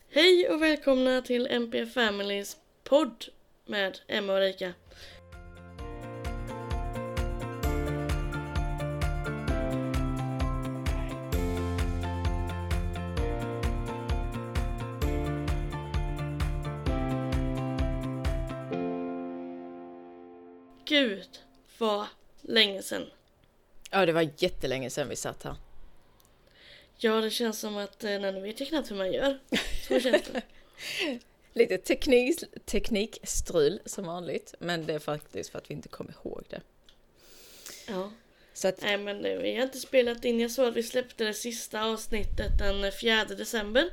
Hej och välkomna till MP Families podd med Emma och Rika. Gud, vad länge sedan. Ja, det var jättelänge sedan vi satt här. Ja, det känns som att nu vet jag knappt hur man gör. Så känns det. Lite teknikstrul som vanligt, men det är faktiskt för att vi inte kommer ihåg det. Ja. Så att, Nej, men vi har inte spelat in. Jag såg att vi släppte det sista avsnittet den 4 december.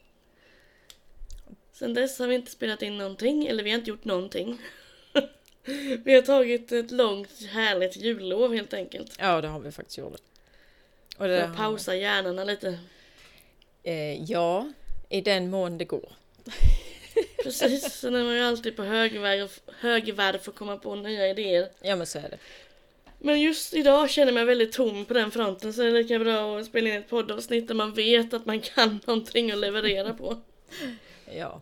Sen dess har vi inte spelat in någonting, eller vi har inte gjort någonting. Vi har tagit ett långt, härligt jullov helt enkelt. ja, det har vi faktiskt gjort. Och För att pausa hjärnorna lite. Ja, i den mån det går. Precis, sen är man ju alltid på högvarv för att komma på nya idéer. Ja, men så är det. Men just idag känner jag mig väldigt tom på den fronten, så det är lika bra att spela in ett poddavsnitt där man vet att man kan någonting att leverera på. Ja.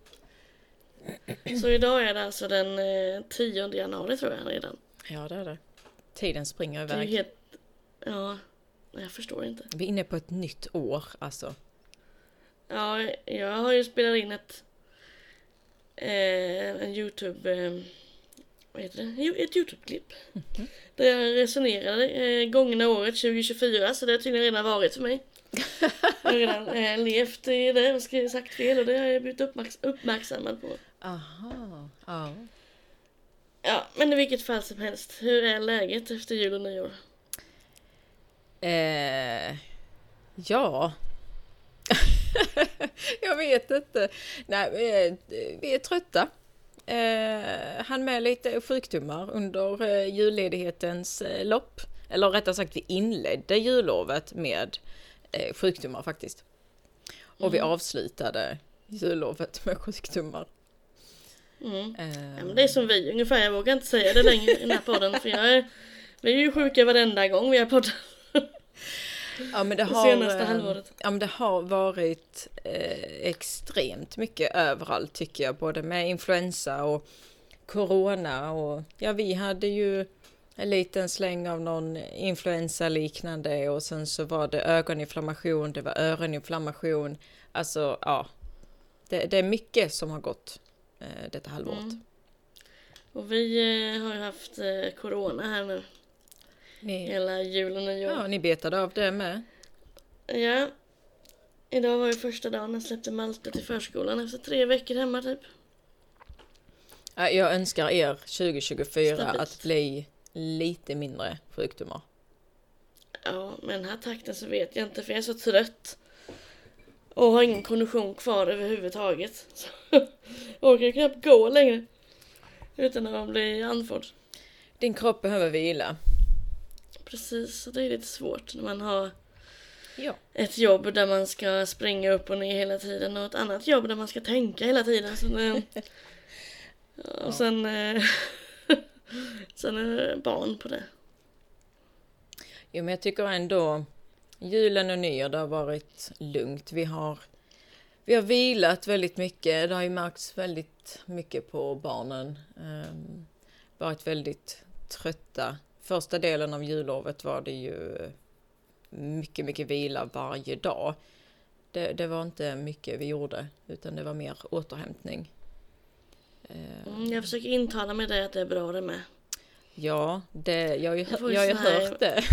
Så idag är det alltså den 10 januari tror jag redan. Ja, det är det. Tiden springer Det är ju iväg. helt... Ja, jag förstår inte. Vi är inne på ett nytt år, alltså. Ja, jag har ju spelat in en YouTube... vad heter det? Ett YouTube-klipp. Mm-hmm. Där jag resonerade gångna året 2024, så det har tydligen redan varit för mig. Jag har redan levt i det och sagt fel, och det har jag blivit uppmärksammad på. Aha, ja. Ja, men i vilket fall som helst, hur är läget efter jul och nyår? Ja. Jag vet inte. Nej, vi är trötta. Han med lite sjukdomar under julledighetens lopp. Eller rättare sagt, vi inledde jullovet med sjukdomar faktiskt. Och vi avslutade jullovet med sjukdomar. Ja, men det är som vi ungefär, jag vågar inte säga det längre i den här podden, för vi är ju sjuka varenda gång vi har poddat. Ja, men det senaste halvåret. Ja, men det har varit extremt mycket överallt tycker jag. Både med influensa och corona. Och ja, vi hade ju en liten släng av någon influensa liknande. Och sen så var det ögoninflammation, det var öroninflammation. Alltså, ja. Det är mycket som har gått detta halvåret. Och vi har ju haft corona här nu. Hela jul och nyår. Ja, ni betade av det med. Ja. Idag var ju första dagen jag släppte Malte till förskolan efter 3 veckor hemma typ. Ja, jag önskar er 2024 Stabilt. att bli lite mindre sjukdomar. Ja, med den här takten så vet jag inte, för jag är så trött. Och har ingen kondition kvar överhuvudtaget. Så jag orkar knappt gå längre. Utan att man blir andfådd. Din kropp behöver vila. Precis, så det är lite svårt när man har Ja. ett jobb där man ska springa upp och ner hela tiden och ett annat jobb där man ska tänka hela tiden. Så och sen är det barn på det. Jo, men jag tycker ändå julen och nyår, det har varit lugnt. Vi har vilat väldigt mycket. Det har ju märkts väldigt mycket på barnen. Varit väldigt trötta. Första delen av jullovet var det ju mycket, mycket vila varje dag. Det var inte mycket vi gjorde, utan det var mer återhämtning. Jag försöker intala mig det att det är bra det med. Ja, jag har ju hört det.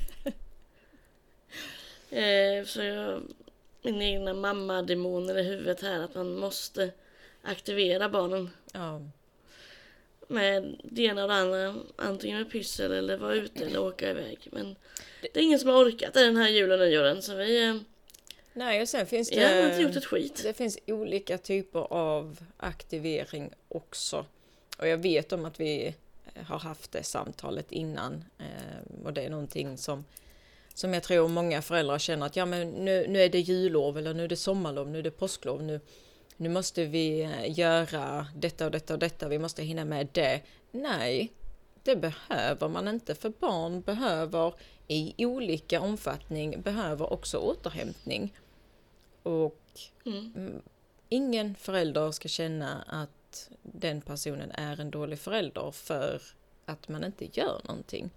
Så min egna mamma-demoner i huvudet här, att man måste aktivera barnen. Ja. Med det ena och det andra, antingen med pyssel eller vara ute eller åka iväg. Men det är ingen som har orkat den här julen och nyåren, så vi... Nej, och sen finns Jag har inte gjort ett skit. Det finns olika typer av aktivering också. Och jag vet om att vi har haft det samtalet innan. Och det är någonting som jag tror många föräldrar känner att ja, men nu är det jullov, eller nu är det sommarlov, nu är det påsklov, nu måste vi göra detta och detta och detta, vi måste hinna med det. Nej, det behöver man inte, för barn behöver i olika omfattning behöver också återhämtning. Och ingen förälder ska känna att den personen är en dålig förälder för att man inte gör någonting.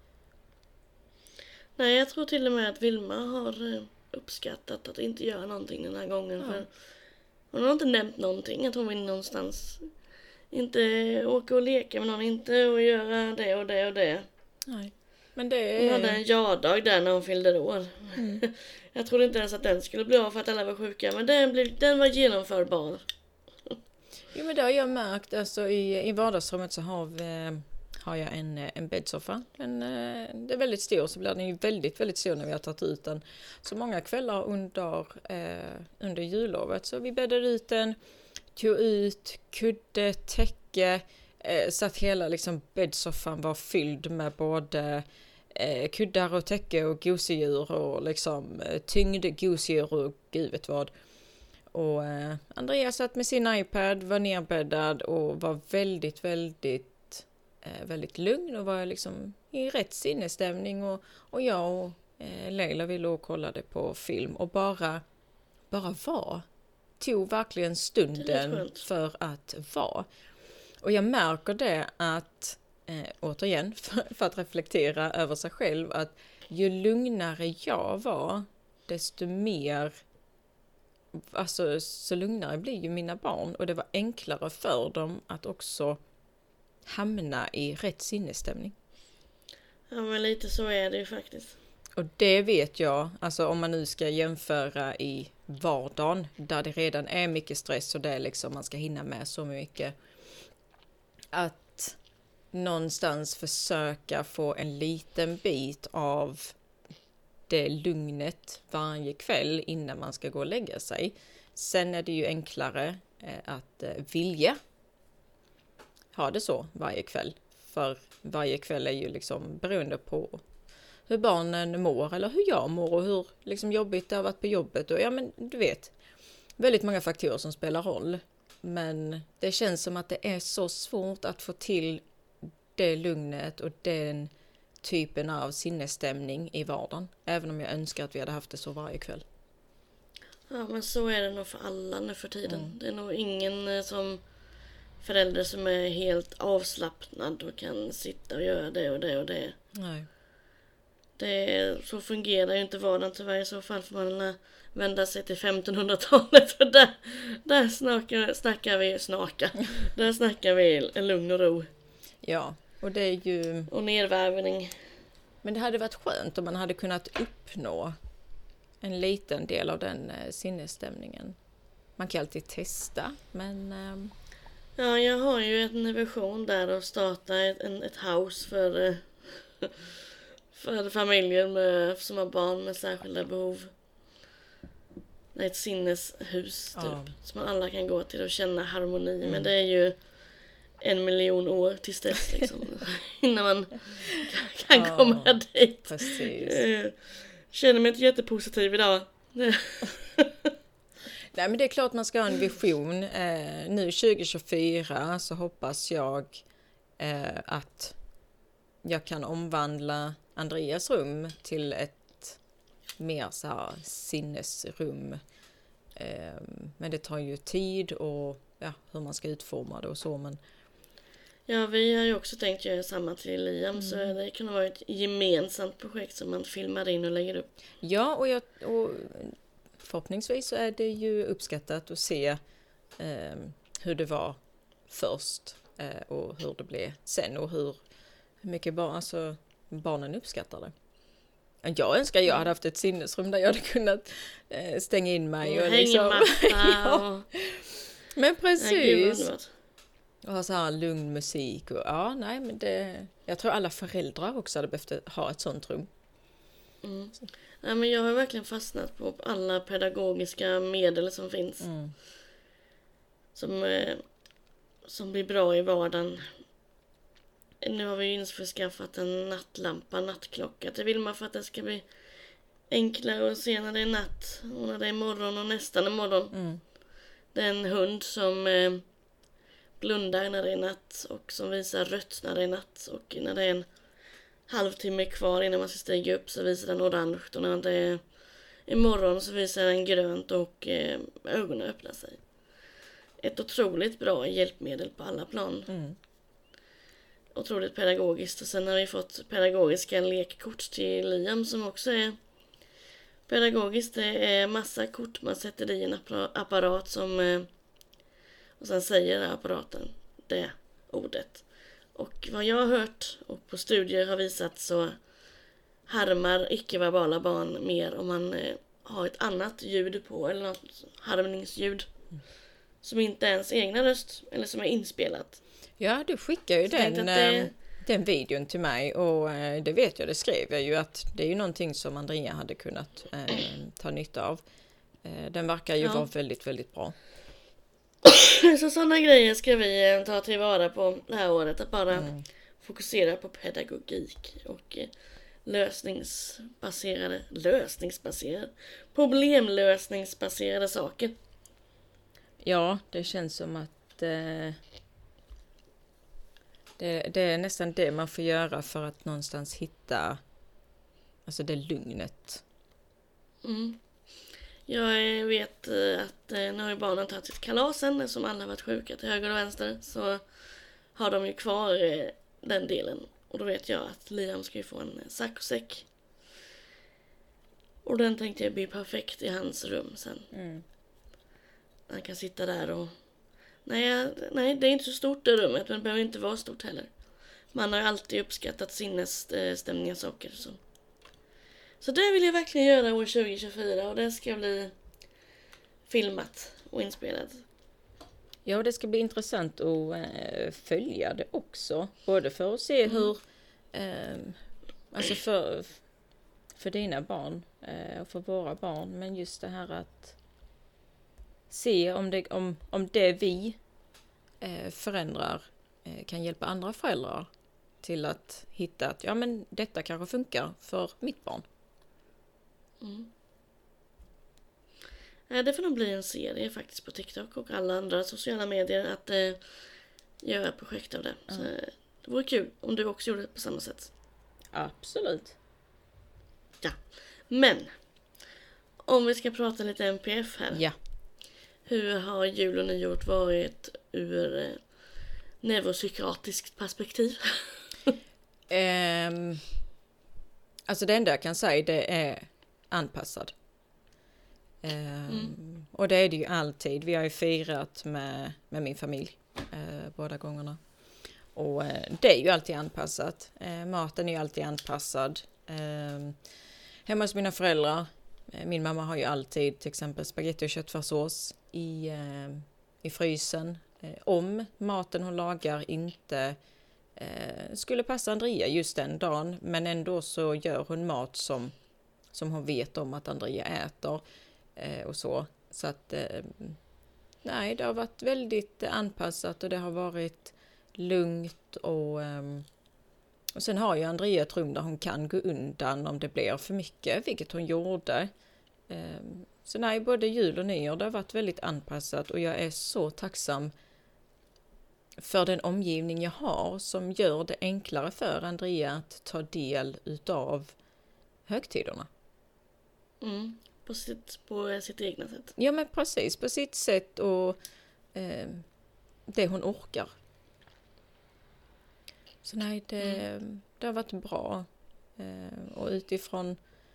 Nej, jag tror till och med att Vilma har uppskattat att inte göra någonting den här gången. Ja. För hon har inte nämnt någonting, att hon vill någonstans inte åka och leka med någon, inte och göra det och det och det. Nej. Men det Hon är... hade en ja-dag där när hon fyllde år. Jag trodde inte ens att den skulle bli av för att alla var sjuka, men den var genomförbar. Jo, men det har jag märkt. Alltså, i vardagsrummet så har jag en bäddsoffa. Den är väldigt stor, så blir den ju väldigt, väldigt stor när vi har tagit ut den. Så många kvällar under jullovet så vi bäddade ut den, tog ut kudde, täcke, så att hela liksom bäddsoffan var fylld med både kuddar och täcke och gosedjur och liksom tyngd gosedjur och gud vet vad. Och Andreas satt med sin iPad, var nerbäddad och var väldigt, väldigt, väldigt lugn och var liksom i rätt sinnesstämning. Och jag och Leila ville och kollade på film och bara var. Tog verkligen stunden för att vara. Och jag märker det att, återigen, för att reflektera över sig själv, att ju lugnare jag var, desto mer, alltså så lugnare blir ju mina barn. Och det var enklare för dem att också hamna i rätt sinnesstämning. Ja, men lite så är det ju faktiskt. Och det vet jag, alltså om man nu ska jämföra i vardagen, där det redan är mycket stress och det är liksom man ska hinna med så mycket. Att någonstans försöka få en liten bit av det lugnet varje kväll innan man ska gå och lägga sig. Sen är det ju enklare att vilja ha det så varje kväll. För varje kväll är ju liksom beroende på hur barnen mår eller hur jag mår och hur liksom jobbigt det har varit på jobbet. Och ja, men du vet, väldigt många faktorer som spelar roll. Men det känns som att det är så svårt att få till det lugnet och den typen av sinnesstämning i vardagen. Även om jag önskar att vi hade haft det så varje kväll. Ja, men så är det nog för alla nu för tiden. Det är nog ingen som förälder som är helt avslappnad och kan sitta och göra det och det och det. Nej. Så fungerar ju inte vardagen tyvärr. I så fall får man vända sig till 1500-talet. För där snackar vi lugn och ro. Ja, och det är ju... Och nedvärvning. Men det hade varit skönt om man hade kunnat uppnå en liten del av den sinnesstämningen. Man kan alltid testa, men... Ja, jag har ju en version där att starta ett house för familjer som har barn med särskilda behov. Det är ett sinneshus typ, som alla kan gå till och känna harmoni. Men det är ju 1 miljon år tills dess liksom, innan man kan komma dit. Precis. Känner mig inte jättepositiv idag. Nej, men det är klart man ska ha en vision. Nu 2024 så hoppas jag att jag kan omvandla Andreas rum till ett mer så här sinnesrum. Men det tar ju tid och hur man ska utforma det och så. Men... Ja, vi har ju också tänkt göra samma till Liam, så det kan vara ett gemensamt projekt som man filmar in och lägger upp. Ja, och förhoppningsvis så är det ju uppskattat att se hur det var först och hur det blev sen och hur mycket barnen uppskattar det. Jag önskar jag hade haft ett sinnesrum där jag hade kunnat stänga in mig. Och hängmatta och... Men precis. Nej, och ha så här lugn musik. Och, men jag tror alla föräldrar också hade behövt ha ett sånt rum. Nej, men jag har verkligen fastnat på alla pedagogiska medel som finns. Som blir bra i vardagen. Nu har vi ju införskaffat en nattklocka till Vilma för att det ska bli enklare att se när det är natt och när det är morgon och nästan är morgon. Det är en hund som blundar när det är natt och som visar rött när det är natt, och när det är en halvtimme kvar innan man ska stiga upp så visar den orange, och när det är morgon så visar den grönt och ögonen öppnar sig. ett otroligt bra hjälpmedel på alla plan. Otroligt pedagogiskt. Och sen har vi fått pedagogiska lekkort till Liam som också är pedagogiskt. Det är massa kort man sätter i en apparat som och sen säger apparaten det ordet. Och vad jag har hört och på studier har visat så harmar icke-verbala barn mer om man har ett annat ljud på eller något harmningsljud som inte är ens egna röst eller som är inspelat. Ja, du skickar ju den videon till mig och det vet jag, det skrev jag ju att det är ju någonting som Andrea hade kunnat ta nytta av. Den verkar ju vara väldigt, väldigt bra. Så sådana grejer ska vi ta tillvara på det här året. Att bara fokusera på pedagogik och problemlösningsbaserade saker. Ja, det känns som att det är nästan det man får göra för att någonstans hitta alltså det lugnet. Jag vet att när har barnen tagit sitt kalasen som alla har varit sjuka till höger och vänster så har de ju kvar den delen. Och då vet jag att Liam ska ju få en saccosäck. Och den tänkte jag bli perfekt i hans rum sen. Han kan sitta där och... Nej, det är inte så stort det rummet, men det behöver inte vara stort heller. Man har ju alltid uppskattat sinnesstämningar saker. Så det vill jag verkligen göra år 2024 och det ska bli filmat och inspelat. Ja, det ska bli intressant att följa det också. Både för att se hur, alltså för dina barn och för våra barn. Men just det här att se om det vi förändrar kan hjälpa andra föräldrar till att hitta att ja, men detta kanske funkar för mitt barn. Det får nog bli en serie faktiskt på TikTok och alla andra sociala medier att göra projekt av det. Så det vore kul om du också gjorde det på samma sätt. Absolut. Ja, men om vi ska prata lite MPF här. Ja. Hur har jul och nyår varit ur neuropsykiatriskt perspektiv? Alltså det enda jag kan säga det är anpassad. Och det är det ju alltid. Vi har ju firat med min familj båda gångerna. Och det är ju alltid anpassat. Maten är ju alltid anpassad. Hemma hos mina föräldrar. Min mamma har ju alltid till exempel spaghetti och köttfärssås i frysen. Om maten hon lagar inte skulle passa Andrea just den dagen. Men ändå så gör hon mat som hon vet om att Andrea äter. Och så att nej, det har varit väldigt anpassat och det har varit lugnt och sen har ju Andrea ett rum där hon kan gå undan om det blir för mycket, vilket hon gjorde. Så nej, både jul och nyår det har varit väldigt anpassat och jag är så tacksam för den omgivning jag har som gör det enklare för Andrea att ta del utav högtiderna. På sitt egna sätt. Ja men precis, på sitt sätt och det hon orkar. Så nej, det har varit bra. Och utifrån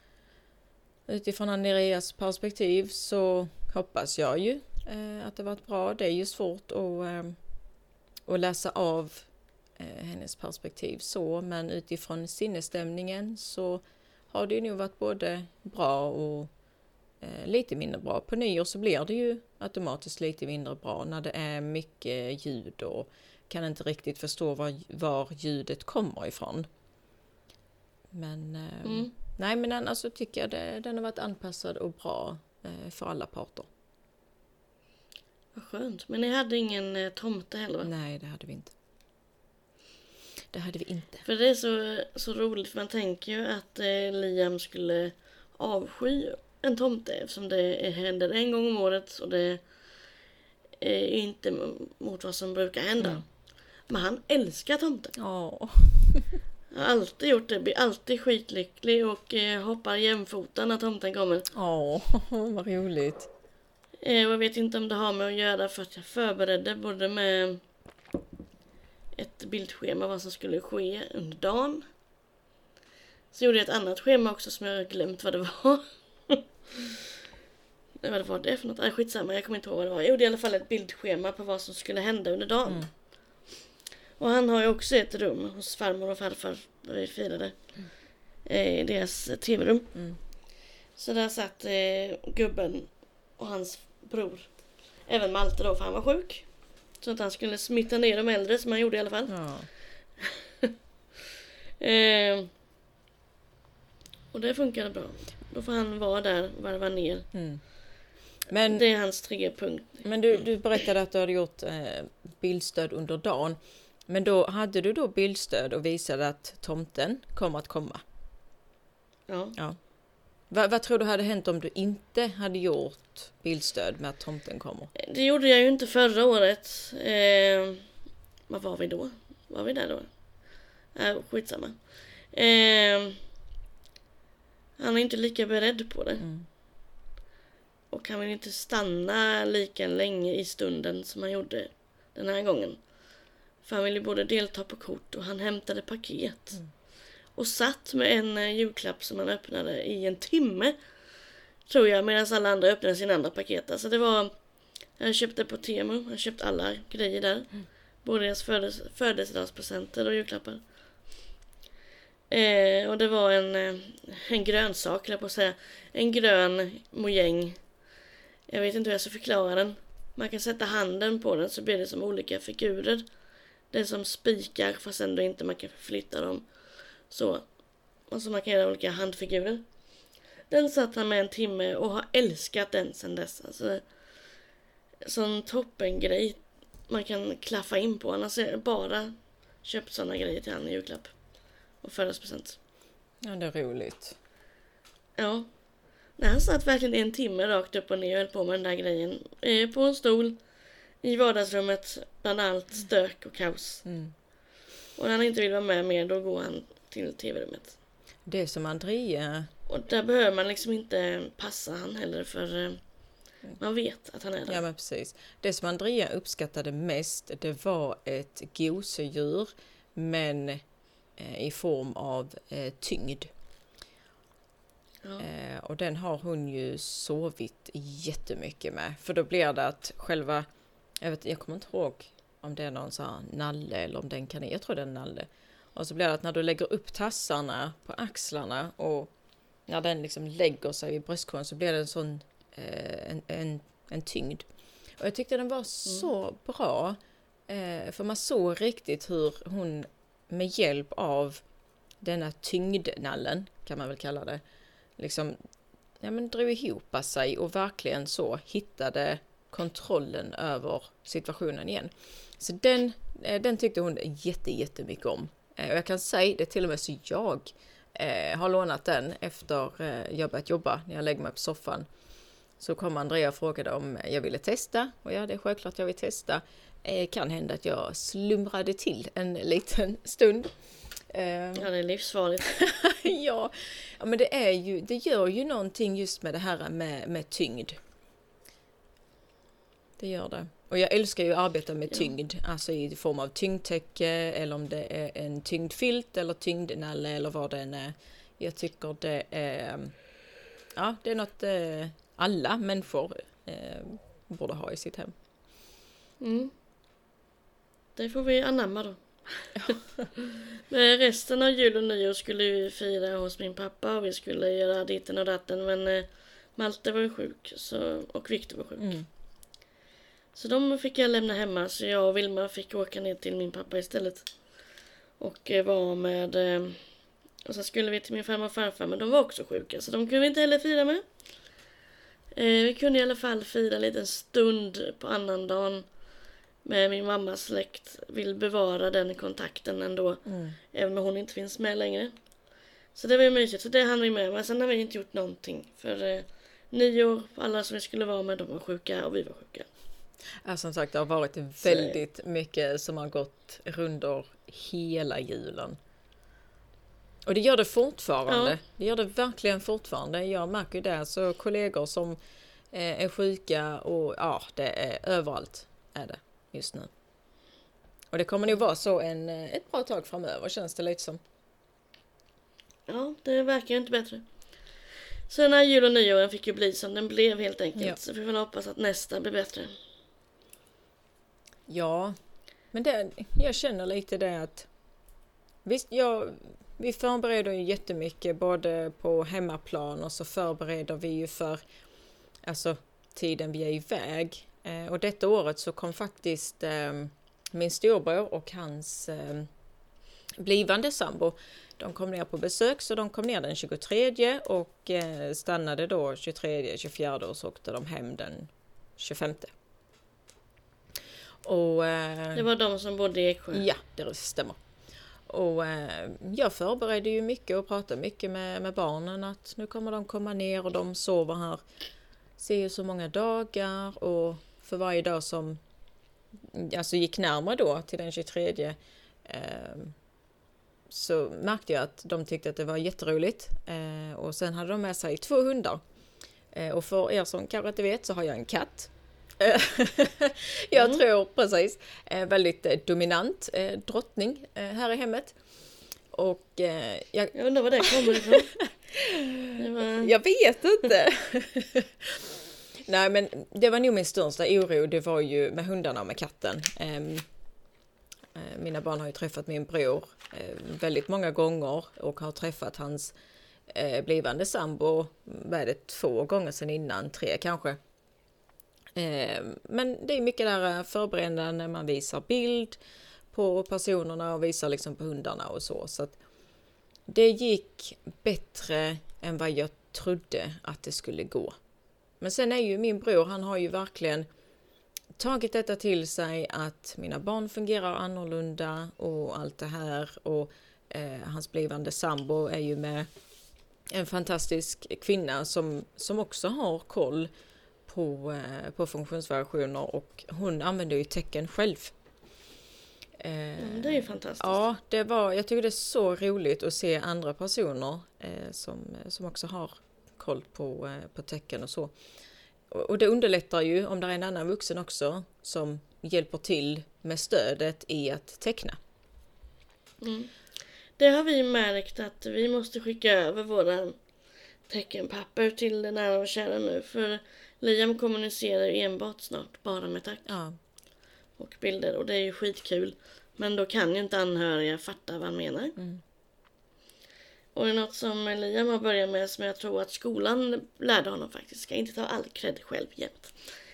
Andreas perspektiv så hoppas jag ju att det har varit bra. Det är ju svårt att läsa av hennes perspektiv så, men utifrån sinnesstämningen så har det ju nog varit både bra och lite mindre bra. På nyår så blir det ju automatiskt lite mindre bra när det är mycket ljud och kan inte riktigt förstå var ljudet kommer ifrån. Men nej, men alltså tycker jag den har varit anpassad och bra för alla parter. Vad skönt. Men ni hade ingen tomte heller, va? Nej, det hade vi inte. Det hade vi inte. För det är så roligt, för man tänker ju att Liam skulle avsky en tomte eftersom det händer en gång om året och det är inte mot vad som brukar hända. Men han älskar tomten. Ja. Han har alltid gjort det, blir alltid skitlycklig och hoppar jämfota när tomten kommer. Ja, vad roligt. Och jag vet inte om det har med att göra för att jag förberedde både med ett bildschema vad som skulle ske under dagen. Så gjorde jag ett annat schema också som jag glömt vad det var. Vad var det för något? Skitsamma, jag kommer inte ihåg vad det var. Jag gjorde i alla fall ett bildschema på vad som skulle hända under dagen. Och han har ju också ett rum hos farmor och farfar där vi firade. I deras tv-rum. Så där satt gubben och hans bror. Även Malte då, för han var sjuk. Så att han skulle smitta ner de äldre, som han gjorde i alla fall. Ja. Och det funkade bra. Då får han vara där och varva ner. Men, det är hans 3-punkt. Men du berättade att du hade gjort bildstöd under dagen. Men då hade du då bildstöd och visade att tomten kommer att komma. Ja. Vad tror du hade hänt om du inte hade gjort bildstöd med att tomten kommer? Det gjorde jag ju inte förra året. Vad var vi då? Var vi där då? Skitsamma. Han är inte lika beredd på det. Och han vill inte stanna lika länge i stunden som han gjorde den här gången. För han ville både delta på kort och han hämtade paket. Och satt med en julklapp som han öppnade i en timme. Tror jag, medan alla andra öppnade sina andra paket. Alltså det var... Jag köpte på Temu. Jag köpte alla grejer där. Både deras födelsedagspresenter och julklappar. Och det var en grönsak, eller på att säga. En grön mojäng. Jag vet inte hur jag ska förklara den. Man kan sätta handen på den så blir det som olika figurer. Det är som spikar fast ändå inte man kan förflytta dem. Så. Och så man kan göra olika handfigurer. Den satt han med en timme och har älskat den sedan dess. Alltså, sån toppengrej man kan klaffa in på. Han har bara köpt såna grejer till han i julklapp. Och födelsedagspresent. Ja, det är roligt. Ja. Nej, han satt verkligen en timme rakt upp och ner och höll på med den där grejen. På en stol. I vardagsrummet. Bland allt stök och kaos. Och när han inte vill vara med mer, då går han till tv-rummet. Det är som Andrea. Och där behöver man liksom inte passa han heller, för man vet att han är där. Ja, men precis. Det som Andrea uppskattade mest, det var ett gosedjur, men i form av tyngd. Ja. Och den har hon ju sovit jättemycket med. För då blir det att själva, jag kommer inte ihåg om det är någon sån här nalle eller om det är en kanin. Jag tror det är en nalle. Och så blir det att när du lägger upp tassarna på axlarna och när den liksom lägger sig i bröstkorgen så blir det en sån en tyngd. Och jag tyckte den var så bra. För man såg riktigt hur hon med hjälp av denna tyngdnallen, kan man väl kalla det, liksom, drog ihop sig och verkligen så hittade kontrollen över situationen igen. Så den tyckte hon jättemycket om. Och jag kan säga det till och med så jag har lånat den efter jag börjat jobba. När jag lägger mig på soffan så kom Andrea och frågade om jag ville testa. Och ja, det är självklart jag vill testa. Kan hända att jag slumrade till en liten stund. Ja, det är livsfarligt. Ja, men det gör ju någonting just med det här med tyngd. Det gör det. Och jag älskar ju att arbeta med tyngd. Alltså i form av tyngdtäcke eller om det är en tyngdfilt eller tyngdnalle eller vad det än är. Jag tycker det är något alla människor borde ha i sitt hem. Det får vi anamma då. Men resten av jul och nyår skulle vi fira hos min pappa och vi skulle göra ditten och datten, men Malte var ju sjuk och Viktor var sjuk. Så de fick jag lämna hemma, så jag och Vilma fick åka ner till min pappa istället. Och vara med... Och så skulle vi till min farmor och farfar, men de var också sjuka, så de kunde vi inte heller fira med. Vi kunde i alla fall fira en liten stund på annandagen med min mammas släkt. Vill bevara den kontakten ändå, även om hon inte finns med längre. Så det var ju mysigt, så det hann vi med. Men sen har vi inte gjort någonting. För nyår, alla som vi skulle vara med, de var sjuka och vi var sjuka. Ja, som sagt, det har varit väldigt mycket som har gått runder hela julen. Och det gör det fortfarande. Ja. Det gör det verkligen fortfarande. Jag märker ju det, så kollegor som är sjuka och ja, det är överallt är det just nu. Och det kommer nog vara så ett bra tag framöver, känns det lite som. Ja, det verkar ju inte bättre. Så den här jul- och nyåren fick ju bli som den blev helt enkelt. Ja. Så vi får väl hoppas att nästa blir bättre. Ja, men jag känner lite det att visst, vi förbereder ju jättemycket både på hemmaplan och så förbereder vi ju för alltså tiden vi är iväg. Och detta året så kom faktiskt min storbror och hans blivande sambo. De kom ner på besök, så de kom ner den 23 och stannade då 23, 24 och så åkte de hem den 25. Och, Det var de som bodde i Eksjö. ja, det stämmer. Och jag förberedde ju mycket och pratade mycket med barnen att nu kommer de komma ner och de sover här. Ser ju så många dagar och för varje dag som alltså gick närmare då till den 23 så märkte jag att de tyckte att det var jätteroligt. Och sen hade de med sig 2 hundar. Och för er som kanske inte vet så har jag en katt. Jag tror precis väldigt dominant drottning här i hemmet. Och Jag undrar vad det kommer ifrån. Jag vet inte. Nej, men det var nog min största oro. Det var ju med hundarna och med katten. Mina barn har ju träffat min bror väldigt många gånger och har träffat hans blivande sambo 2 gånger sedan innan, 3 kanske. Men det är mycket där förberedande när man visar bild på personerna och visar liksom på hundarna och så. Så att det gick bättre än vad jag trodde att det skulle gå. Men sen är ju min bror, han har ju verkligen tagit detta till sig att mina barn fungerar annorlunda och allt det här. Och hans blivande sambo är ju med en fantastisk kvinna som också har koll på funktionsvariationer och hon använder ju tecken själv. Det är ju fantastiskt. Ja, jag tycker det är så roligt att se andra personer som också har koll på tecken och så. Och det underlättar ju om det är en annan vuxen också som hjälper till med stödet i att teckna. Mm. Det har vi märkt att vi måste skicka över våra teckenpapper till den nära och kära nu. För Liam kommunicerar ju enbart snart bara med tack. Ja. Och bilder, och det är ju skitkul. Men då kan ju inte anhöriga fatta vad han menar. Mm. Och det är något som Liam har börjat med som jag tror att skolan lärde honom faktiskt. Ska inte ta all cred själv jämt.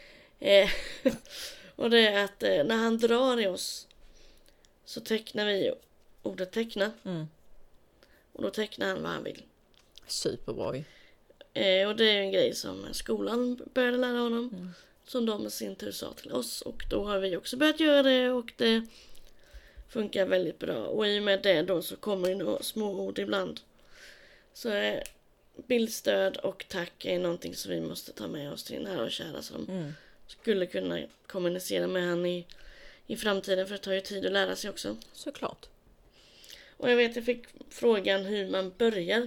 Och det är att när han drar i oss så tecknar vi ordet teckna. Mm. Och då tecknar han vad han vill. Superbra ju. Och det är en grej som skolan började lära honom. Mm. Som de i sin tur sa till oss. Och då har vi också börjat göra det. Och det funkar väldigt bra. Och i och med det då så kommer det några små ord ibland. Så bildstöd och tack är någonting som vi måste ta med oss till nära och kära. Som skulle kunna kommunicera med han i framtiden. För det tar ju tid att lära sig också. Såklart. Och jag fick frågan hur man börjar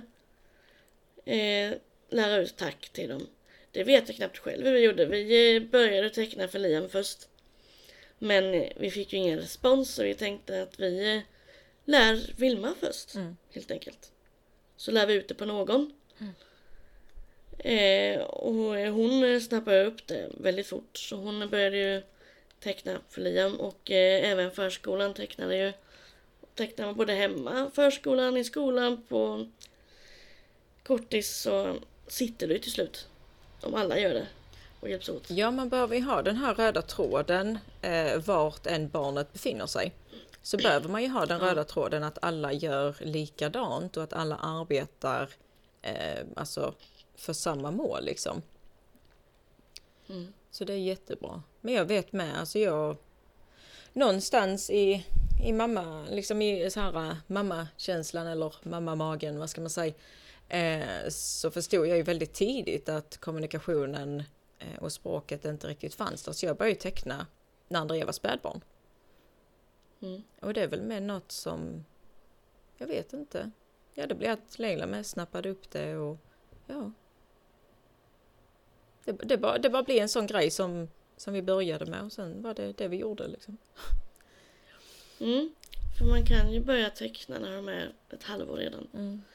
lära ut tack till dem. Det vet jag knappt själv hur vi gjorde. Vi började teckna för Liam först. Men vi fick ju ingen respons så vi tänkte att vi lär Vilma först. Helt enkelt. Så lär vi ut det på någon. Och hon snappade upp det väldigt fort. Så hon började ju teckna för Liam. Och även förskolan tecknade ju. Tecknade både hemma, förskolan, i skolan, på kortis, så sitter du till slut. Om alla gör det och hjälps åt. Ja, man behöver ju ha den här röda tråden vart en barnet befinner sig. Så behöver man ju ha den röda tråden att alla gör likadant och att alla arbetar alltså för samma mål liksom. Så det är jättebra. Men jag vet med, alltså jag någonstans i mamma, liksom i så här mammakänslan eller mammamagen, vad ska man säga, så förstod jag ju väldigt tidigt att kommunikationen och språket inte riktigt fanns där. Så jag började teckna när Andrea var spädbarn. Och det är väl med något som, jag vet inte. Ja, det blev att Leila med snappade upp det och ja. det bara blev en sån grej som vi började med och sen var det vi gjorde liksom. För man kan ju börja teckna när de är ett halvår redan.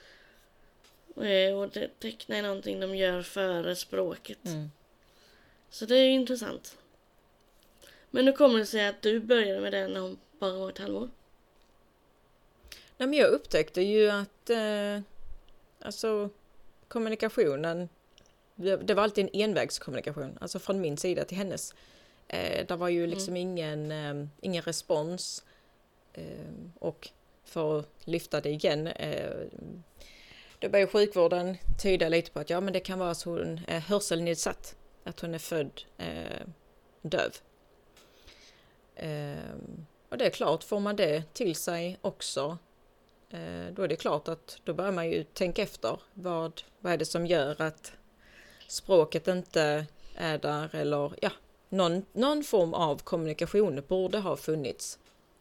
Och teckna är någonting de gör före språket. Så det är ju intressant. Men nu kommer det sig att du började med det när hon bara var ett halvår. Nej, men jag upptäckte ju att alltså kommunikationen, det var alltid en envägskommunikation. Alltså från min sida till hennes. Det var ju liksom ingen respons. Och för att lyfta det igen, då börjar sjukvården tyda lite på att men det kan vara så hon är hörselnedsatt, att hon är född döv. Och det är klart, får man det till sig också, då är det klart att då börjar man ju tänka efter vad är det som gör att språket inte är där, eller någon form av kommunikation borde ha funnits.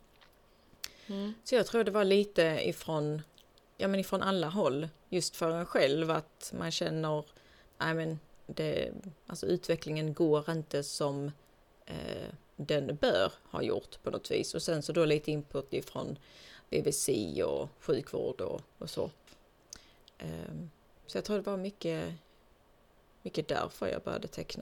Så jag tror det var lite ifrån alla håll, just för en själv, att man känner alltså utvecklingen går inte som den bör ha gjort på något vis. Och sen så då lite input ifrån BVC och sjukvård och så. Så jag tror det var mycket därför jag började teckna.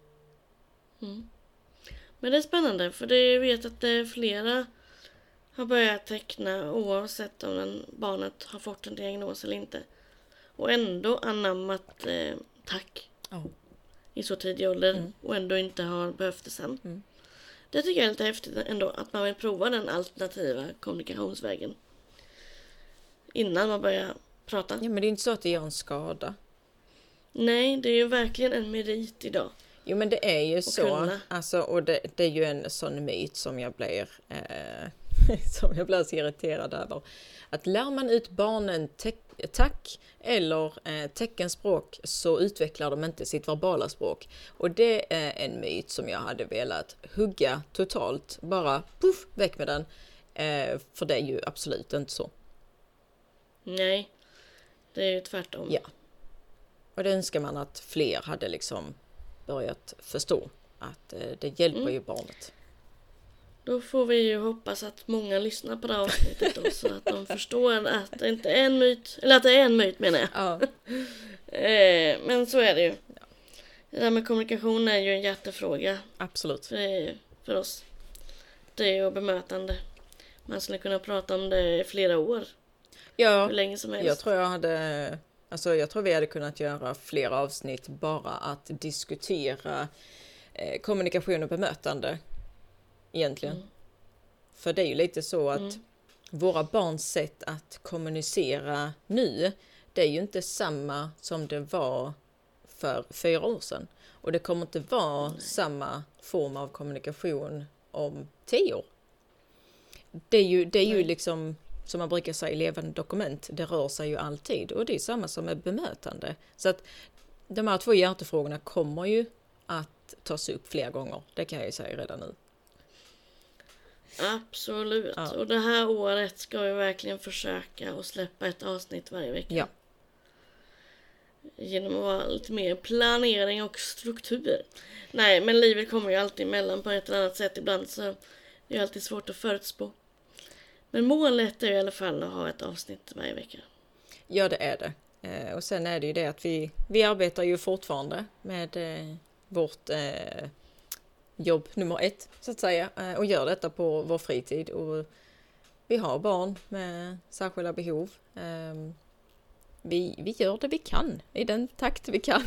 Men det är spännande, för jag vet att det är flera har börjat teckna oavsett om barnet har fått en diagnos eller inte. Och ändå anammat tack i så tidig ålder och ändå inte har behövt det sen. Det tycker jag är lite häftigt ändå, att man vill prova den alternativa kommunikationsvägen innan man börjar prata. Ja, men det är inte så att det gör en skada. Nej, det är ju verkligen en merit idag. Jo, men det är ju så. Alltså, och det är ju en sån myt som jag blir så irriterad över. Att lär man ut barnen tack eller teckenspråk, så utvecklar de inte sitt verbala språk. Och det är en myt som jag hade velat hugga totalt. Bara puff, väck med den. För det är ju absolut inte så. Nej, det är ju tvärtom. Ja. Och det önskar man att fler hade liksom börjat förstå. Att det hjälper ju barnet. Då får vi ju hoppas att många lyssnar på det här avsnittet då, så att de förstår att det inte är en myt. Eller att det är en myt, menar jag. Ja. Men så är det ju. Ja. Det där med kommunikation är ju en hjärtefråga. Absolut. För oss. Det är ju bemötande. Man skulle kunna prata om det i flera år. Ja, hur länge som helst. Jag tror vi hade kunnat göra flera avsnitt bara att diskutera kommunikation och bemötande. Egentligen. För det är ju lite så att våra barns sätt att kommunicera nu, det är ju inte samma som det var för 4 år sedan. Och det kommer inte vara samma form av kommunikation om 10 år. Det är ju liksom, som man brukar säga, levande dokument. Det rör sig ju alltid. Och det är samma som med bemötande. Så att de här 2 hjärtefrågorna kommer ju att tas upp fler gånger. Det kan jag ju säga redan nu. Absolut. Ja. Och det här året ska vi verkligen försöka att släppa ett avsnitt varje vecka. Ja. Genom att vara lite mer planering och struktur. Nej, men livet kommer ju alltid emellan på ett eller annat sätt ibland, så det är alltid svårt att förutspå. Men målet är i alla fall att ha ett avsnitt varje vecka. Ja, det är det. Och sen är det ju det att vi arbetar ju fortfarande med vårt jobb nummer 1, så att säga. Och gör detta på vår fritid. Och vi har barn med särskilda behov. Vi gör det vi kan, i den takt vi kan.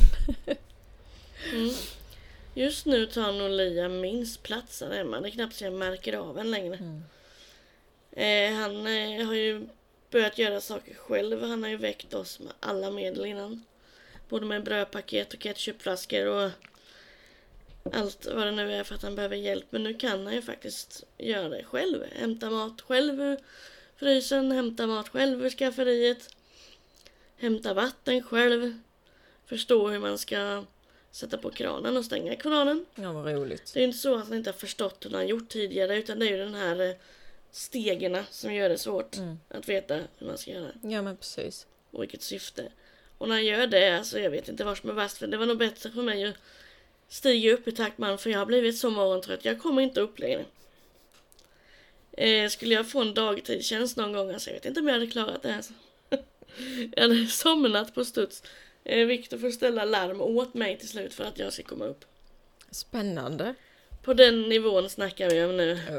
Just nu tar nog Lia minst plats där hemma. Det är knappt så jag märker av en längre. Han har ju börjat göra saker själv. Han har ju väckt oss med alla medel innan. Både med brödpaket och ketchupflaskor och allt vad det nu är, för att han behöver hjälp. Men nu kan han ju faktiskt göra det själv. Hämta mat själv ur frysen, hämta mat själv ur skafferiet. Hämta vatten själv. Förstå hur man ska sätta på kranen och stänga kranen. Ja, vad roligt. Det är inte så att han inte har förstått hur han gjort tidigare, utan det är ju den här stegarna som gör det svårt att veta hur man ska göra. Ja, men precis. Och vilket syfte. Och när han gör det, alltså jag vet inte vad som är värst, för det var nog bättre för mig att stiger upp i takt med, för jag har blivit så morgontrött. Jag kommer inte upp längre. Skulle jag få en dagtidstjänst någon gång, alltså jag vet inte om jag hade klarat det. Alltså. Jag hade somnat på studs. Viktor får ställa larm åt mig till slut för att jag ska komma upp. Spännande. På den nivån snackar vi om nu.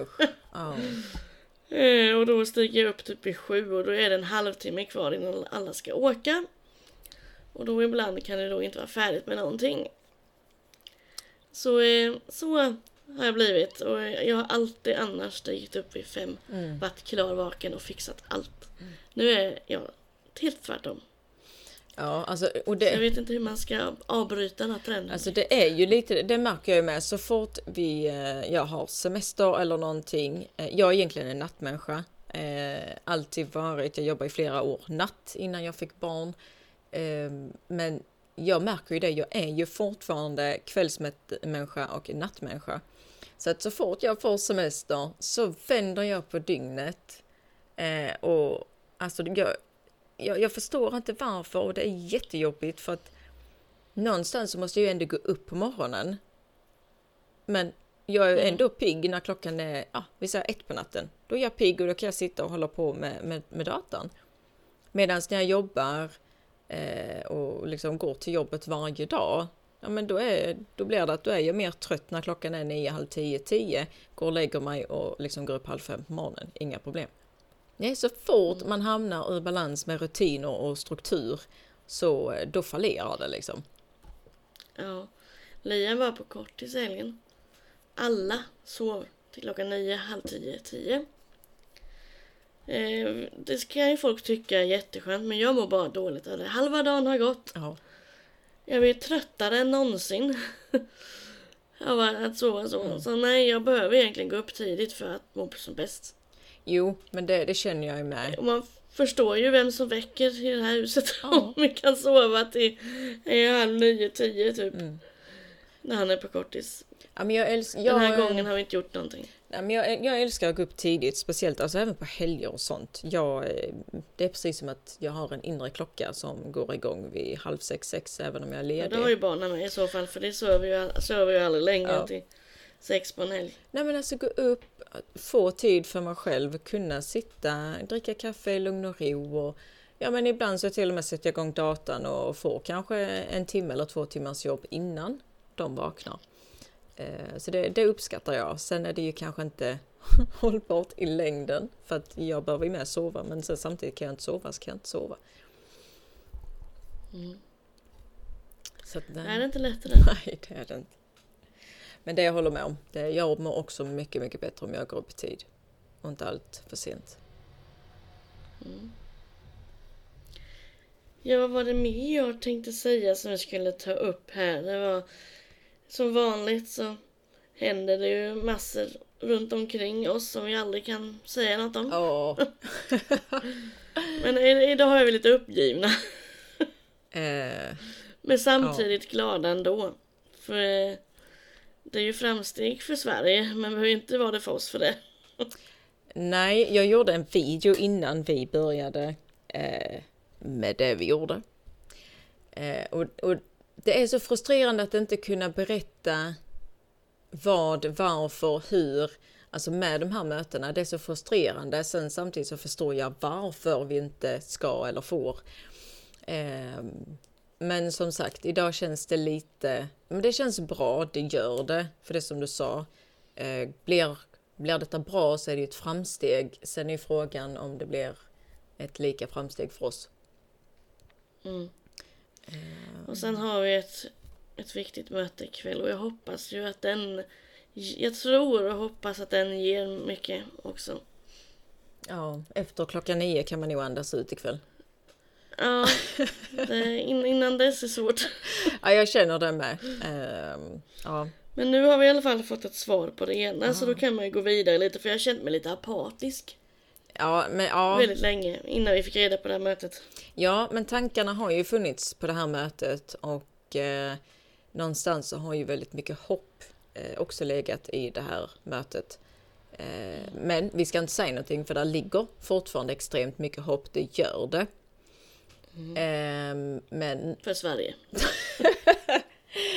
Och då stiger jag upp typ i 7 och då är det en halvtimme kvar innan alla ska åka. Och då ibland kan det då inte vara färdigt med någonting. Så har jag blivit. Och jag har alltid annars stigit upp vid 5. Varit klar, vaken och fixat allt. Nu är jag helt tvärtom. Ja, alltså, och så jag vet inte hur man ska avbryta den här trenden. Alltså det är ju lite, det märker jag ju med. Så fort jag har semester eller någonting. Jag är egentligen en nattmänniska. Alltid varit, jag jobbar i flera år natt innan jag fick barn. Men jag märker ju det, jag är ju fortfarande kvällsmänniska och nattmänniska. Så att så fort jag får semester så vänder jag på dygnet. Och alltså jag förstår inte varför, och det är jättejobbigt för att någonstans så måste jag ju ändå gå upp på morgonen. Men jag är ändå pigg när klockan är, vi säger 1 på natten. Då är jag pigg och då kan jag sitta och hålla på med datan. Medan när jag jobbar och liksom går till jobbet varje dag, men då blir det att då är jag mer trött när klockan är 9, halv 10, går och lägger mig och liksom går upp 4:30 på morgonen. Inga problem. Nej, så fort man hamnar ur balans med rutiner och struktur så då fallerar det liksom. Ja, Liam var på kortis i helgen. Alla sov till klockan 9, halv 10. Det kan ju folk tycka är jätteskönt, men jag mår bara dåligt av det. Halva dagen har gått. Ja. Jag blir tröttare än någonsin av att sova så. Så nej, jag behöver egentligen gå upp tidigt för att må som bäst. Jo, men det känner jag ju med. Och man förstår ju vem som väcker i det här huset. Om vi kan sova till 8:30, 9, 10 typ. När han är på kortis. Ja, men den här gången har vi inte gjort någonting. Ja, men jag älskar att gå upp tidigt, speciellt alltså även på helger och sånt. Det är precis som att jag har en inre klocka som går igång vid 5:30, även om jag är ledig. Ja, det har ju barnen med i så fall, för det sover ju aldrig längre till 6 på en helg. Nej, men alltså gå upp, få tid för mig själv, kunna sitta, dricka kaffe i lugn och ro. Och, men ibland så till och med sätter jag igång datan och får kanske 1 timme eller 2 timmars jobb innan de vaknar. Så det uppskattar jag. Sen är det ju kanske inte hållbart i längden, för att jag behöver ju med sova, men sen samtidigt kan jag inte sova, så kan jag inte sova. Så det är inte lätt det. Nej, det är det inte. Men det jag håller med om, jag mår också mycket, mycket bättre om jag går upp i tid och inte allt för sent. Ja, vad var det mer jag tänkte säga som jag skulle ta upp här? Det var, som vanligt så händer det ju massor runt omkring oss som vi aldrig kan säga något om. Men idag har vi lite uppgivna. Men samtidigt glada ändå. För det är ju framsteg för Sverige, men det behöver ju inte vara det för oss för det. Nej, jag gjorde en video innan vi började med det vi gjorde. Och det är så frustrerande att inte kunna berätta varför, hur, alltså med de här mötena. Det är så frustrerande. Sen samtidigt så förstår jag varför vi inte ska eller får. Men som sagt, idag känns det lite, men det känns bra, det gör det. För det som du sa, blir detta bra så är det ju ett framsteg. Sen är frågan om det blir ett lika framsteg för oss. Och sen har vi ett viktigt möte ikväll, och jag hoppas ju att jag tror och hoppas att den ger mycket också. Ja, efter 9:00 kan man nog andas ut ikväll. Ja, innan dess är svårt. Ja, jag känner det med. Ja. Men nu har vi i alla fall fått ett svar på det ena, så då kan man ju gå vidare lite, för jag har känt mig lite apatisk. Väldigt länge innan vi fick reda på det här mötet. Ja, men tankarna har ju funnits på det här mötet, och någonstans så har ju väldigt mycket hopp också legat i det här mötet. Men vi ska inte säga någonting, för där ligger fortfarande extremt mycket hopp, det gör det. Men för Sverige.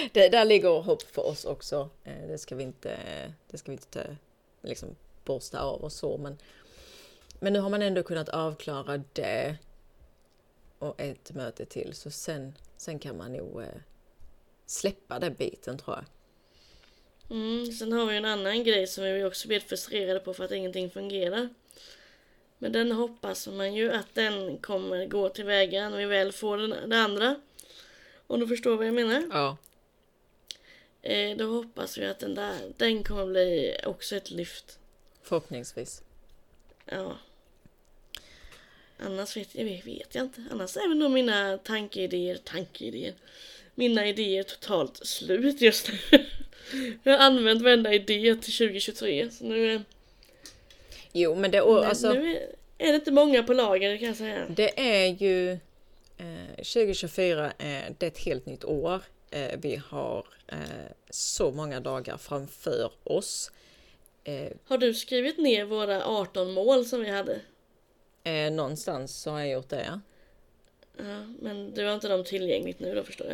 Där ligger hopp för oss också. Det ska vi inte ta, liksom borsta av och så. Men nu har man ändå kunnat avklara det och ett möte till. Så sen kan man nog släppa den biten, tror jag. Sen har vi en annan grej som vi också blir frustrerade på för att ingenting fungerar. Men den hoppas man ju att den kommer gå till väga när vi väl får det andra. Om du förstår vad jag menar? Ja. Då hoppas vi att den kommer bli också ett lyft. Förhoppningsvis. Ja. Annars vet jag inte. Annars är väl nog mina tankeidéer. Mina idéer totalt slut just nu. Jag har använt varenda idé till 2023. Så nu Jo, men nu är det inte många på lager, kan jag säga. Det är ju 2024 det är ett helt nytt år. Vi har så många dagar framför oss. Har du skrivit ner våra 18 mål som vi hade? Någonstans så har jag gjort det, ja. Ja, men du har inte dem tillgängligt nu då, förstår jag.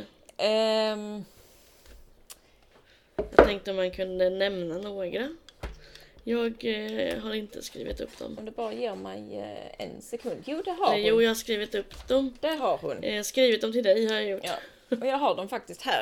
Jag tänkte om man kunde nämna några. Jag har inte skrivit upp dem. Om du bara ger mig en sekund. Jo, det har hon. Jo, jag har skrivit upp dem. Det har hon. Skrivit dem till dig har jag gjort. Ja, och jag har dem faktiskt här.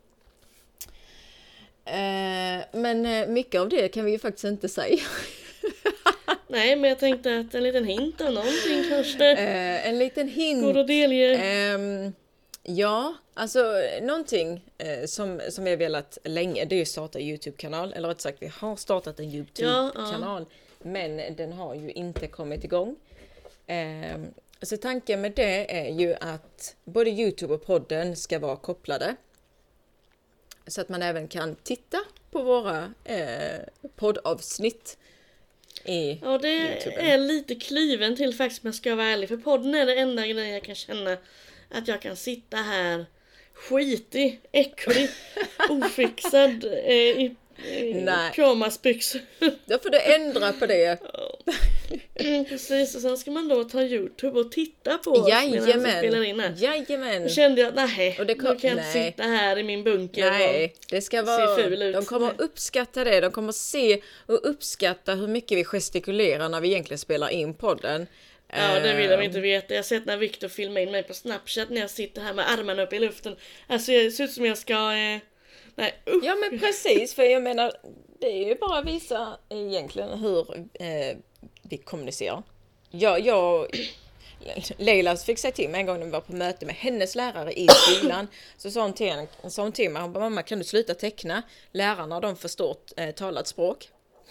Men mycket av det kan vi ju faktiskt inte säga. Nej, men jag tänkte att en liten hint av någonting kanske. En liten hint. Går att delge. Ja, alltså någonting som vi har velat länge, det är att starta en YouTube-kanal. Eller rätt sagt, vi har startat en YouTube-kanal. Ja. Men den har ju inte kommit igång. Så tanken med det är ju att både YouTube och podden ska vara kopplade. Så att man även kan titta på våra poddavsnitt i Ja, det YouTuben. är lite kliven till faktiskt, men jag ska vara ärlig. För podden är det enda grejen jag kan känna att jag kan sitta här skitig, äcklig, ofixad i pyjamasbyxor. Då får du ändra på det. Precis, och sen ska man då ta YouTube och titta på oss medan jag spelar in här. Jajamän. Då kände jag att då kan jag inte nej. sitta här i min bunker och det ska vara, se ful ut. De kommer att uppskatta det. De kommer att se och uppskatta hur mycket vi gestikulerar när vi egentligen spelar in podden. Ja, det vill de inte veta. Jag har sett när Victor filmar in mig på Snapchat när jag sitter här med armarna upp i luften. Alltså det ser ut som jag ska... Ja, men precis. För jag menar, det är ju bara att visa egentligen hur vi kommunicerar. Leila fick säga till mig en gång när vi var på möte med hennes lärare i skolan. Så sa hon till mig, mamma, kan du sluta teckna? Lärarna, de förstår talat språk.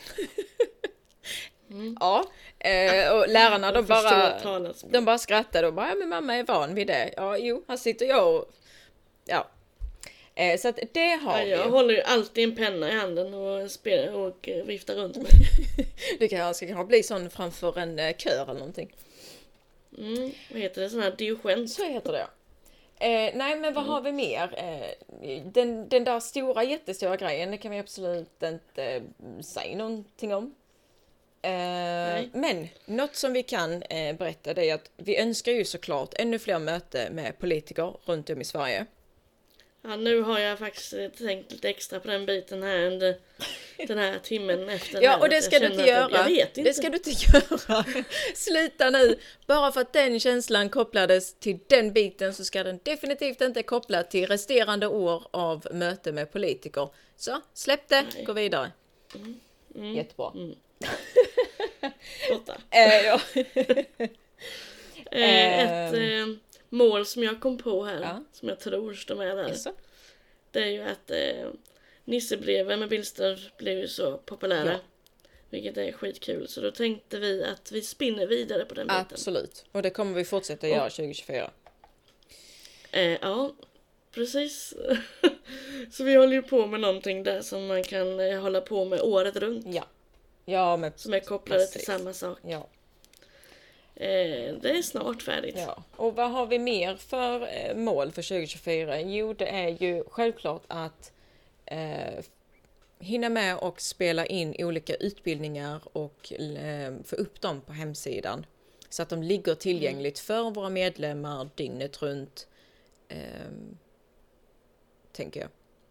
Ja, och lärarna de bara skrattade och bara, ja men mamma är van vid det. Ja, jo, här sitter jag och ja. Så att det har vi. Jag håller ju alltid en penna i handen och spelar och viftar runt mig. Du kanske bli sån framför en kör eller någonting. Vad heter det? Sån här diogen. Så heter det. Nej, men vad har vi mer? Den där jättestora grejen, det kan vi absolut inte säga någonting om. Men något som vi kan berätta, det är att vi önskar ju såklart ännu fler möten med politiker runt om i Sverige. Ja, nu har jag faktiskt tänkt lite extra på den biten här under den här timmen efter. Ja, och det ska du inte göra. Jag vet inte. Det ska du inte göra. Sluta nu. Bara för att den känslan kopplades till den biten så ska den definitivt inte koppla till resterande år av möte med politiker. Så, släpp det. Gå vidare. Jättebra. Ja. Ett mål som jag kom på här, som jag tror står med där. Yes. Det är ju att Nissebreven med Billster blev ju så populära. Ja. Vilket är skitkul. Så då tänkte vi att vi spinner vidare på den biten. Absolut. Och det kommer vi fortsätta göra 2024. Ja, precis. Så vi håller ju på med någonting där som man kan hålla på med året runt. Ja, men som är kopplade till samma sak. Ja. Det är snart färdigt. Ja. Och vad har vi mer för mål för 2024? Jo, det är ju självklart att hinna med och spela in olika utbildningar och få upp dem på hemsidan. Så att de ligger tillgängligt för våra medlemmar dygnet runt. Tänker jag.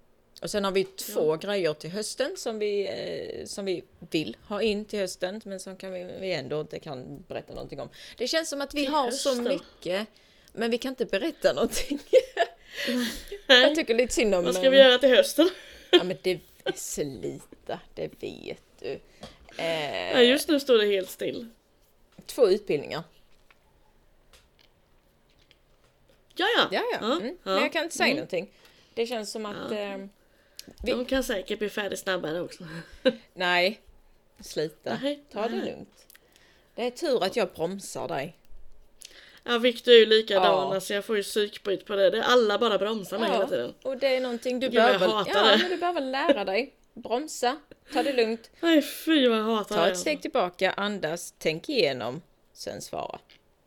Och sen har vi 2 grejer till hösten som vi vill ha in till hösten, men som vi ändå inte kan berätta någonting om. Det känns som att vi har så mycket, men vi kan inte berätta någonting. Jag tycker lite synd om... Vad ska vi göra till hösten? Ja, men det är slita, det vet du. Ja, just nu står det helt still. 2 utbildningar. Ja. Men jag kan inte säga någonting. Det känns som att... De kan säkert bli färdig snabbare också. Nej, slita. Nej. Ta det lugnt. Det är tur att jag bromsar dig. Ja, Victor är ju likadan, alltså jag får ju psykbryt på det. Alla bara bromsar mig hela tiden. Och det är någonting du Gud, jag behöver... hatar det. Men du behöver lära dig. Bromsa, ta det lugnt. Nej, fy vad jag hatar det. Ta ett steg tillbaka, andas, tänk igenom, sen svara.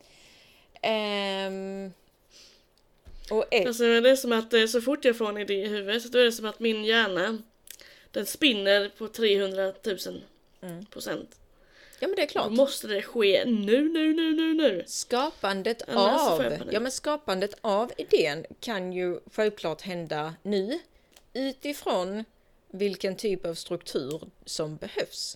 Alltså det är som att så fort jag får en idé i huvudet så är det som att min hjärna, den spinner på 300 000%. Ja, men det är klart. Då måste det ske nu. Skapandet skapandet av idén kan ju självklart hända nu utifrån vilken typ av struktur som behövs.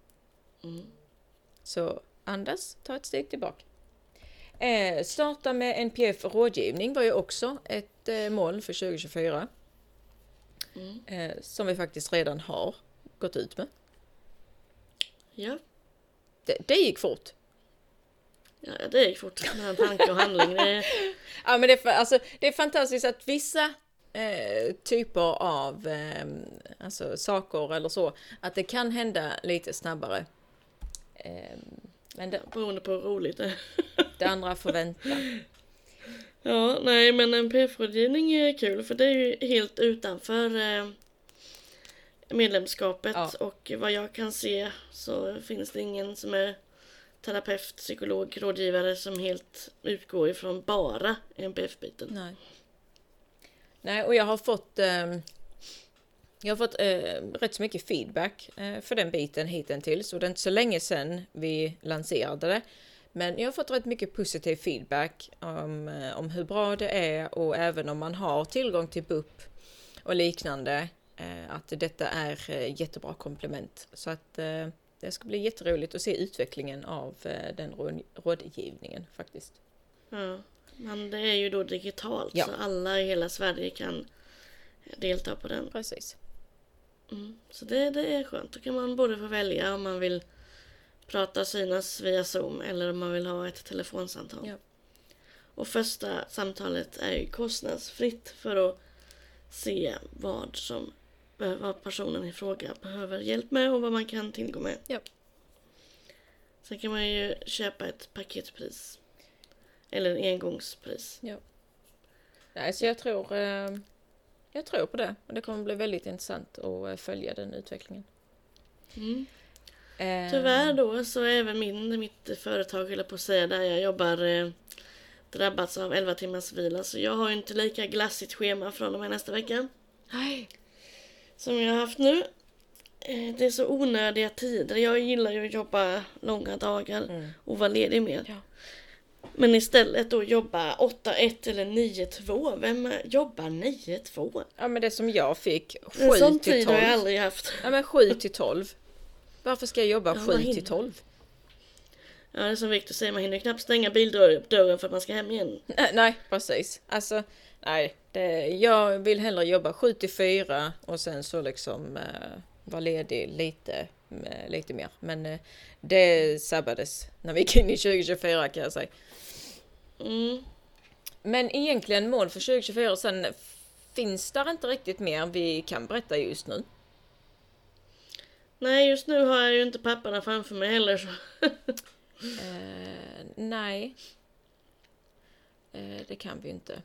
Så andas, ta ett steg tillbaka. Starta med NPF-rådgivning var ju också ett mål för 2024. Som vi faktiskt redan har gått ut med. Ja. Det gick fort. Ja, det gick fort. Mellan tanke och handling. Ja, men det är fantastiskt att vissa typer av saker eller så, att det kan hända lite snabbare. Men beroende på hur roligt det är. Det andra får vänta. Ja, nej, men NPF-rådgivning är kul för det är ju helt utanför medlemskapet. Ja. Och vad jag kan se så finns det ingen som är terapeut, psykolog, rådgivare som helt utgår ifrån bara NPF-biten. Nej, och jag har fått rätt så mycket feedback för den biten hittills, och det är inte så länge sedan vi lanserade det. Men jag har fått rätt mycket positiv feedback om hur bra det är, och även om man har tillgång till BUP och liknande, att detta är jättebra komplement. Så att det ska bli jätteroligt att se utvecklingen av den rådgivningen faktiskt. Ja, men det är ju då digitalt, ja. Så alla i hela Sverige kan delta på den. Precis. Så det är skönt. Då kan man både få välja om man vill prata och synas via Zoom eller om man vill ha ett telefonsamtal. Ja. Och första samtalet är ju kostnadsfritt för att se vad personen i fråga behöver hjälp med och vad man kan tillgå med. Ja. Sen kan man ju köpa ett paketpris eller en engångspris. Ja. Nej, så jag tror på det, och det kommer bli väldigt intressant att följa den utvecklingen. Tyvärr då så är även mitt företag, eller på att säga, där jag jobbar, drabbats av 11 timmars vila, så jag har ju inte lika glassigt schema från och med nästa vecka. Nej. Som jag har haft nu. Det är så onödiga tider. Jag gillar ju att jobba långa dagar och vara ledig med. Ja. Men istället då jobba 8-1 eller 9-2. Vem jobbar 9-2? Ja, men det som jag fick 7 en sån till 12. tid har jag aldrig haft. Ja, men 7 till 12. Varför ska jag jobba 7 till 12? Ja, det är som Victor säger, man hinner knappt stänga bildörren för att man ska hem igen. Nej, precis. Alltså, nej. Jag vill hellre jobba 7 till 4 och sen så liksom vara ledig lite mer. Men det sabbades när vi gick in i 2024, kan jag säga. Men egentligen mål för 2024, sen finns där inte riktigt mer vi kan berätta just nu. Nej, just nu har jag ju inte papparna framför mig heller. Så. Nej. Det kan vi inte.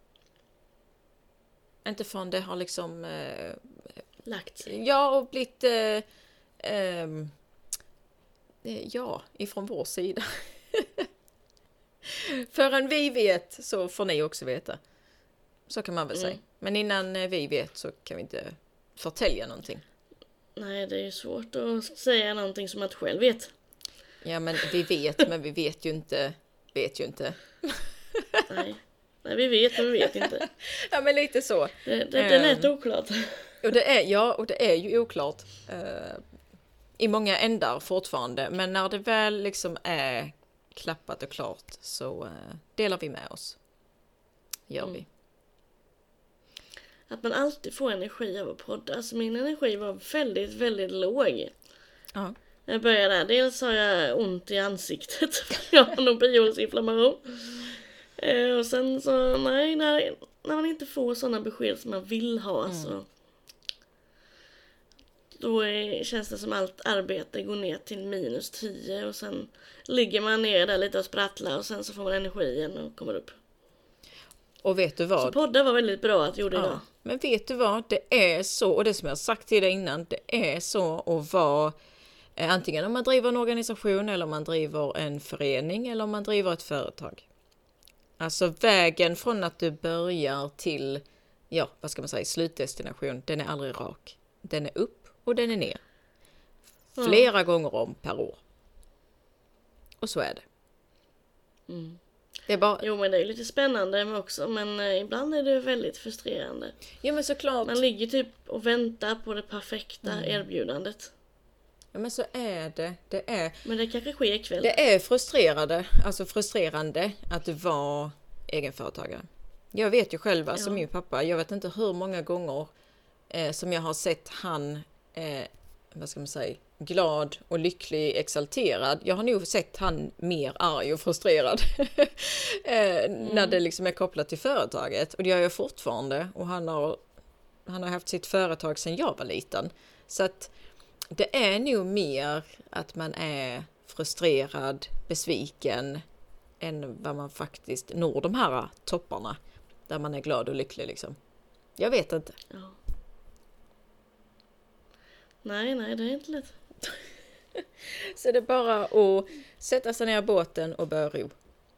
Inte förrän det har liksom lagt sig. Ja, och blivit ifrån vår sida. Förrän vi vet så får ni också veta. Så kan man väl säga. Men innan vi vet så kan vi inte förtälja någonting. Nej, det är ju svårt att säga någonting som man själv vet. Ja, men vi vet, men vi vet ju inte. Nej, vi vet, men vi vet inte. Ja, men lite så. Det är lätt oklart. Och det är ju oklart i många ändar fortfarande. Men när det väl liksom är klappat och klart så delar vi med oss. Gör vi. Att man alltid får energi av att podda. Alltså min energi var väldigt, väldigt låg. Ja. När jag började där. Dels har jag ont i ansiktet. Jag har nog bihåleinflammation. Och sen så, när man inte får sådana besked som man vill ha så då känns det som allt arbete går ner till -10 och sen ligger man ner där lite och sprattlar och sen så får man energi igen och kommer upp. Och vet du vad? Så podden var väldigt bra att gjorde idag. Men vet du vad? Det är så, och det som jag sagt till dig innan, det är så att vara antingen om man driver en organisation eller om man driver en förening eller om man driver ett företag. Alltså vägen från att du börjar till, slutdestination, den är aldrig rak. Den är upp och den är ner. Flera gånger om per år. Och så är det. Det är bara... Jo, men det är lite spännande också, men ibland är det väldigt frustrerande. Ja, men såklart. Man ligger typ och väntar på det perfekta erbjudandet. Ja, men så är det. Men det kanske sker ikväll. Det är frustrerande att var egenföretagare. Jag vet ju själv, alltså min pappa, jag vet inte hur många gånger som jag har sett han, glad och lycklig, exalterad. Jag har nog sett han mer arg och frustrerad när det liksom är kopplat till företaget. Och det gör jag fortfarande. Och han har haft sitt företag sedan jag var liten. Så att det är nog mer att man är frustrerad, besviken än vad man faktiskt når de här topparna där man är glad och lycklig liksom. Jag vet inte. Ja. Nej, det är inte lätt. Så det är bara att sätta sig ner i båten och börja ro.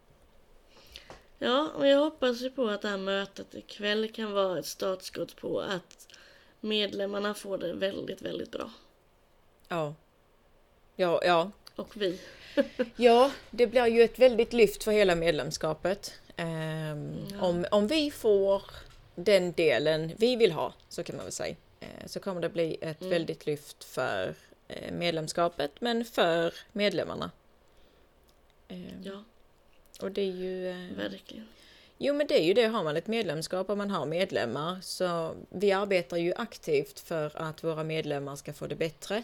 Ja, och jag hoppas ju på att det här mötet ikväll kan vara ett startskott på att medlemmarna får det väldigt, väldigt bra. Ja. Och vi. Ja, det blir ju ett väldigt lyft för hela medlemskapet. Om vi får den delen vi vill ha, så kan man väl säga, så kommer det bli ett väldigt lyft för medlemskapet, men för medlemmarna. Ja. Och det är ju... Verkligen. Jo, men det är ju det. Har man ett medlemskap och man har medlemmar, så vi arbetar ju aktivt för att våra medlemmar ska få det bättre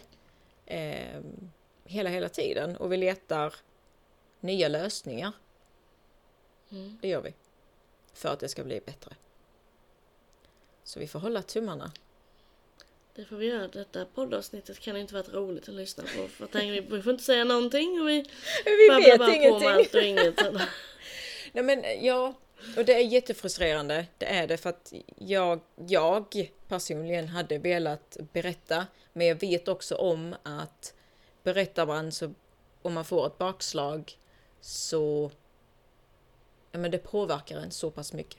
hela tiden. Och vi letar nya lösningar. Det gör vi. För att det ska bli bättre. Så vi får hålla tummarna. Det får vi göra. Detta poddavsnittet kan inte vara roligt att lyssna på. För att vi får inte säga någonting och vi vet bara ingenting. på om allt och inget. Nej, men ja, och det är jättefrustrerande. Det är det, för att jag personligen hade velat berätta. Men jag vet också om att berättar man, så om man får ett bakslag, så men det påverkar en så pass mycket.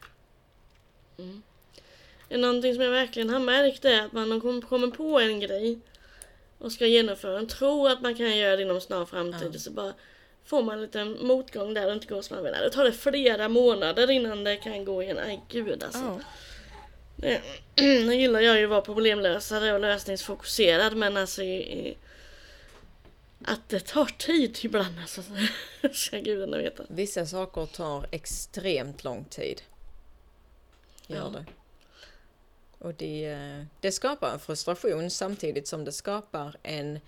Någonting som jag verkligen har märkt är att man kommer på en grej och ska genomföra den. Tror att man kan göra det inom snar framtid. Så bara får man lite motgång där och inte går som man vill. Det tar det flera månader innan det kan gå igen. Nej, gud alltså. Nu gillar jag ju att vara problemlösare och lösningsfokuserad, men alltså att det tar tid ibland alltså. Ska gudarna veta. Vissa saker tar extremt lång tid. Gör det. Och det skapar en frustration samtidigt som det skapar en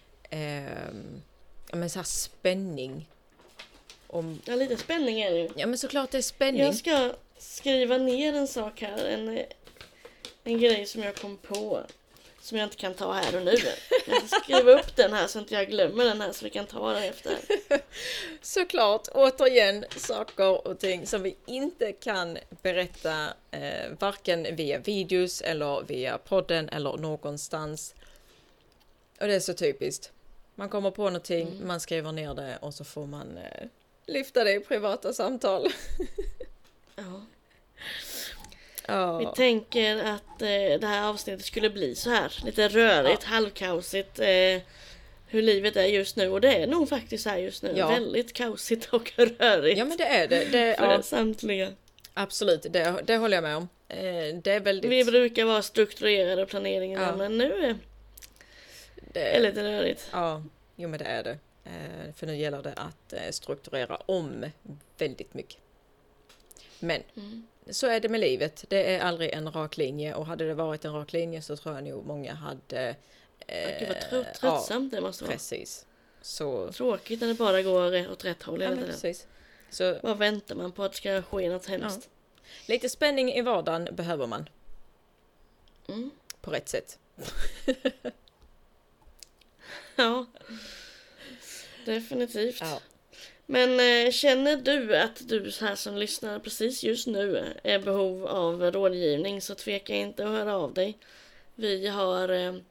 så här spänning. Ja, lite spänning är det ju. Ja, men såklart det är spänning. Jag ska skriva ner en sak här. En grej som jag kom på. Som jag inte kan ta här och nu. Jag ska skriva upp den här så inte jag glömmer den här, så vi kan ta den efter. Såklart, återigen saker och ting som vi inte kan berätta varken via videos eller via podden eller någonstans. Och det är så typiskt. Man kommer på någonting, man skriver ner det och så får man lyfta det i privata samtal. Ja. Ja. Vi tänker att det här avsnittet skulle bli så här. Lite rörigt, halvkaosigt. Hur livet är just nu. Och det är nog faktiskt här just nu. Ja. Väldigt kaosigt och rörigt. Ja, men det är det. För samtliga. Absolut, det håller jag med om. det är väldigt... Vi brukar vara strukturerade planeringen, Ja. men nu är det lite rörigt. Ja, jo men det är det. För nu gäller det att strukturera om väldigt mycket. Men så är det med livet. Det är aldrig en rak linje, och hade det varit en rak linje så tror jag nog många hade... Gud vad tröttsamt det måste vara. Precis. Så... Tråkigt när det bara går åt rätt håll Ja, hela men tiden. precis. Så, Vad väntar man på att det ska ske något hemskt? lite spänning i vardagen behöver man. Mm. På rätt sätt. Ja, definitivt. Ja. Men känner du att du här som lyssnar precis just nu är i behov av rådgivning, så tveka inte att höra av dig. Vi har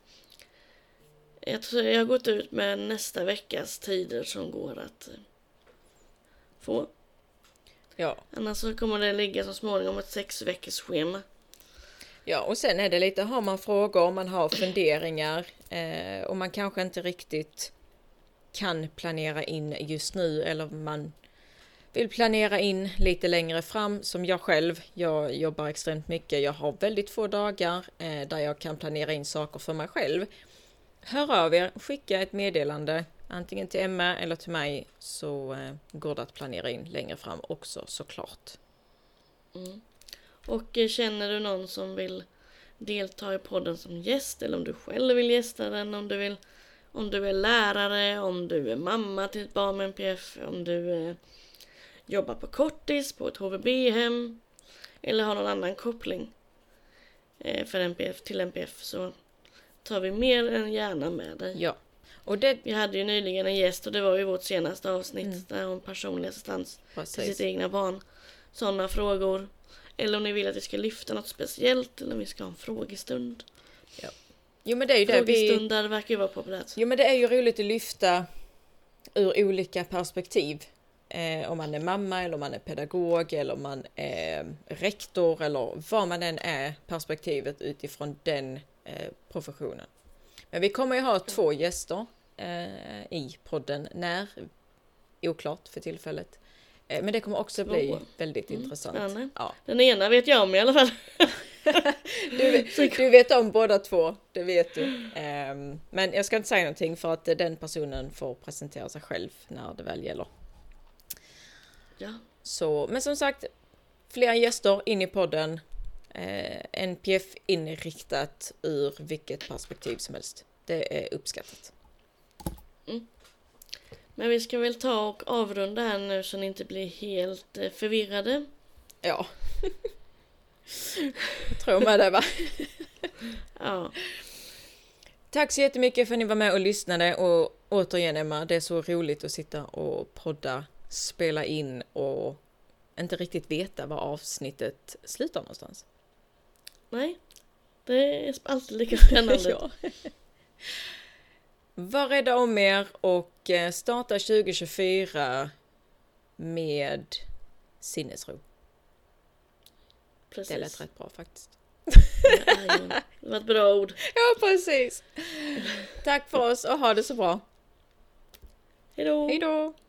jag har gått ut med nästa veckas tider som går att få. Ja. Annars så kommer det ligga så småningom ett 6 veckors schema. Ja, och sen är det lite, har man frågor, man har funderingar och man kanske inte riktigt kan planera in just nu, eller man vill planera in lite längre fram, som jag själv. Jag jobbar extremt mycket, jag har väldigt få dagar där jag kan planera in saker för mig själv. Hör av er, skicka ett meddelande antingen till Emma eller till mig, så går det att planera in längre fram också, såklart. Mm. Och känner du någon som vill delta i podden som gäst, eller om du själv vill gästa den, om du är lärare, om du är mamma till ett barn med NPF, om du jobbar på kortis på ett HVB-hem eller har någon annan koppling för NPF till NPF, så tar vi mer än gärna med dig. Ja. Och Vi hade ju nyligen en gäst, och det var ju vårt senaste avsnitt där om personlig assistans till sitt egna barn. Sådana frågor. Eller om ni vill att vi ska lyfta något speciellt, eller om vi ska ha en frågestund. Ja. Jo, men det är ju Frågestundar verkar ju vara populärt. Jo, men det är ju roligt att lyfta ur olika perspektiv. Om man är mamma, eller om man är pedagog, eller om man är rektor, eller vad man än är, perspektivet utifrån den professionen. Men vi kommer ju ha 2 gäster i podden, när oklart för tillfället. Men det kommer också bli väldigt intressant. Ja. Den ena vet jag om i alla fall. Du vet om båda 2, det vet du. Men jag ska inte säga någonting, för att den personen får presentera sig själv när det väl gäller. Ja. Så, men som sagt, fler gäster in i podden. NPF inriktat ur vilket perspektiv som helst. Det är uppskattat. Men vi ska väl ta och avrunda här nu, så ni inte blir helt förvirrade. Ja. Jag tror med det, va? Ja. Tack så jättemycket för att ni var med och lyssnade. Och återigen, Emma, det är så roligt att sitta och podda, spela in och inte riktigt veta var avsnittet slutar någonstans. Nej, det är alltid lika spännande. Ja. Var rädda om er och starta 2024 med sinnesro. Precis. Det lät rätt bra faktiskt. Det var ett bra ord. Ja, precis. Tack för oss och ha det så bra. Hej då. Hej då.